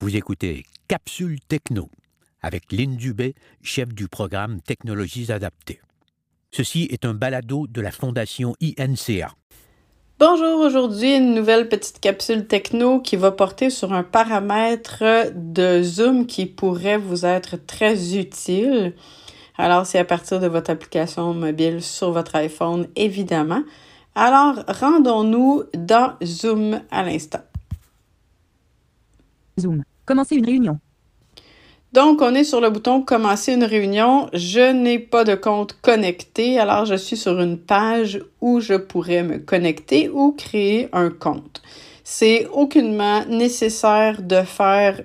Vous écoutez Capsule Techno avec Lynn Dubé, chef du programme Technologies adaptées. Ceci est un balado de la Fondation INCA. Bonjour, aujourd'hui une nouvelle petite capsule techno qui va porter sur un paramètre de zoom qui pourrait vous être très utile. Alors, c'est à partir de votre application mobile sur votre iPhone, évidemment. Alors, rendons-nous dans Zoom à l'instant. Zoom. Commencer une réunion. Donc, on est sur le bouton « Commencer une réunion ». Je n'ai pas de compte connecté, alors je suis sur une page où je pourrais me connecter ou créer un compte. C'est aucunement nécessaire de faire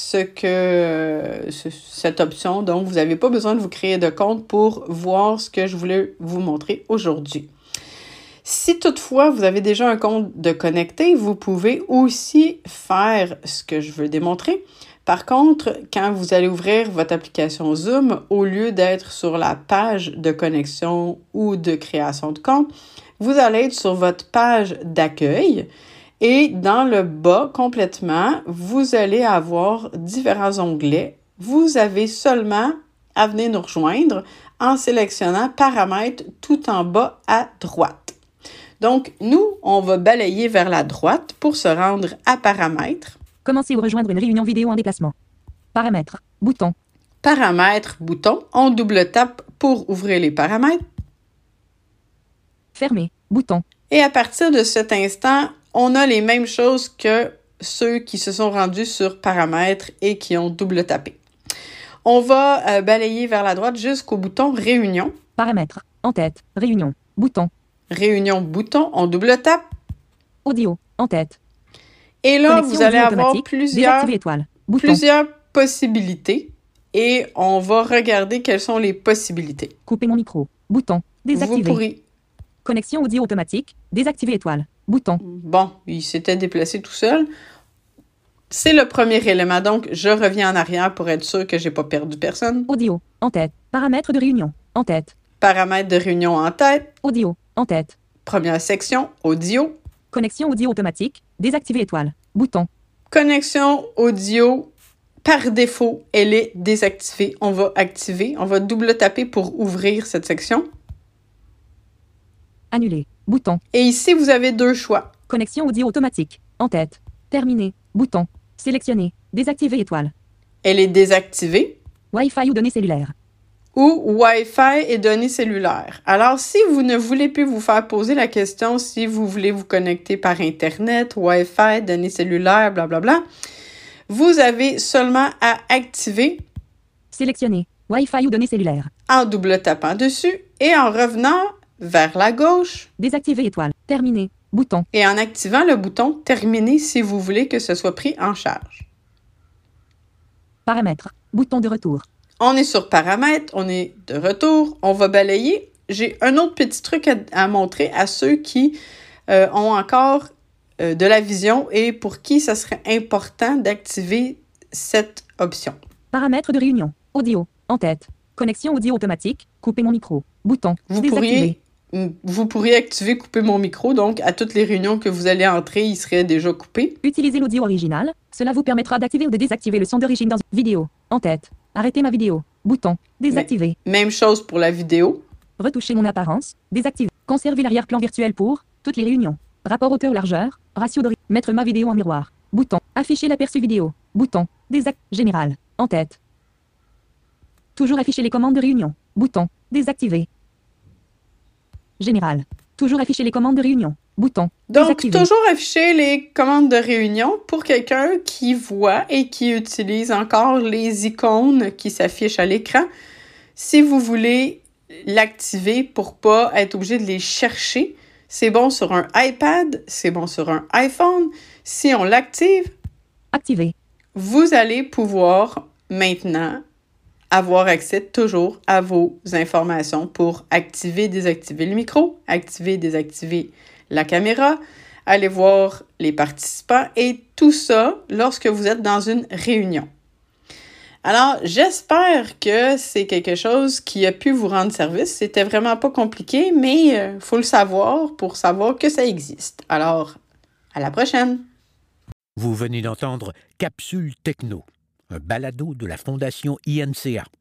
cette option, donc vous n'avez pas besoin de vous créer de compte pour voir ce que je voulais vous montrer aujourd'hui. Si toutefois vous avez déjà un compte de connecté, vous pouvez aussi faire ce que je veux démontrer. Par contre, quand vous allez ouvrir votre application Zoom, au lieu d'être sur la page de connexion ou de création de compte, vous allez être sur votre page d'accueil et dans le bas complètement, vous allez avoir différents onglets. Vous avez seulement à venir nous rejoindre en sélectionnant Paramètres tout en bas à droite. Donc, nous, on va balayer vers la droite pour se rendre à Paramètres. Commencer ou rejoindre une réunion vidéo en déplacement. Paramètres. Bouton. Paramètres, bouton. On double tape pour ouvrir les paramètres. Fermer. Bouton. Et à partir de cet instant, on a les mêmes choses que ceux qui se sont rendus sur paramètres et qui ont double tapé. On va balayer vers la droite jusqu'au bouton réunion. Paramètres. En tête. Réunion. Bouton. Réunion, bouton. On double tape. Audio. En tête. Et là, Connexion vous allez audio avoir automatique. Désactiver étoile. Bouton. plusieurs possibilités et on va regarder quelles sont les possibilités. Couper mon micro. Bouton. Désactiver. Vous pourrez... Connexion audio automatique. Désactiver étoile. Bouton. Bon, il s'était déplacé tout seul. C'est le premier élément, donc je reviens en arrière pour être sûr que j'ai pas perdu personne. Audio. En tête. Paramètres de réunion. En tête. Paramètres de réunion en tête. Audio. En tête. Première section, audio. Connexion audio automatique. Désactiver étoile. Bouton. Connexion audio, par défaut, elle est désactivée. On va activer, on va double taper pour ouvrir cette section. Annuler. Bouton. Et ici, vous avez deux choix. Connexion audio automatique. En tête. Terminé. Bouton. Sélectionner. Désactiver étoile. Elle est désactivée. Wi-Fi ou données cellulaires. Ou Wi-Fi et données cellulaires. Alors, si vous ne voulez plus vous faire poser la question si vous voulez vous connecter par Internet, Wi-Fi, données cellulaires, blablabla, vous avez seulement à activer. Sélectionner. Wi-Fi ou données cellulaires. En double tapant dessus et en revenant vers la gauche. Désactiver étoile. Terminé. Bouton. Et en activant le bouton Terminer si vous voulez que ce soit pris en charge. Paramètres. Bouton de retour. On est sur Paramètres, on est de retour, on va balayer. J'ai un autre petit truc à montrer à ceux qui ont encore de la vision et pour qui ça serait important d'activer cette option. Paramètres de réunion. Audio. En tête. Connexion audio automatique. Couper mon micro. Bouton. Vous pourriez activer couper mon micro, donc à toutes les réunions que vous allez entrer, il serait déjà coupé. Utilisez l'audio original. Cela vous permettra d'activer ou de désactiver le son d'origine dans une vidéo. En tête. Arrêter ma vidéo. Bouton. Désactiver. Même chose pour la vidéo. Retoucher mon apparence. Désactiver. Conserver l'arrière-plan virtuel pour toutes les réunions. Rapport hauteur-largeur. Ratio de... Mettre ma vidéo en miroir. Bouton. Afficher l'aperçu vidéo. Bouton. Général. En tête. Toujours afficher les commandes de réunion. Bouton. Désactiver. Général. Toujours afficher les commandes de réunion. Bouton. Donc, Désactiver. toujours afficher les commandes de réunion pour quelqu'un qui voit et qui utilise encore les icônes qui s'affichent à l'écran. Si vous voulez l'activer pour pas être obligé de les chercher, c'est bon sur un iPad, c'est bon sur un iPhone. Si on l'active, Activer. vous allez pouvoir maintenant avoir accès toujours à vos informations pour activer, désactiver le micro, activer, désactiver la caméra, aller voir les participants et tout ça lorsque vous êtes dans une réunion. Alors, j'espère que c'est quelque chose qui a pu vous rendre service. C'était vraiment pas compliqué, mais faut le savoir pour savoir que ça existe. Alors, à la prochaine! Vous venez d'entendre Capsule Techno, un balado de la Fondation INCA.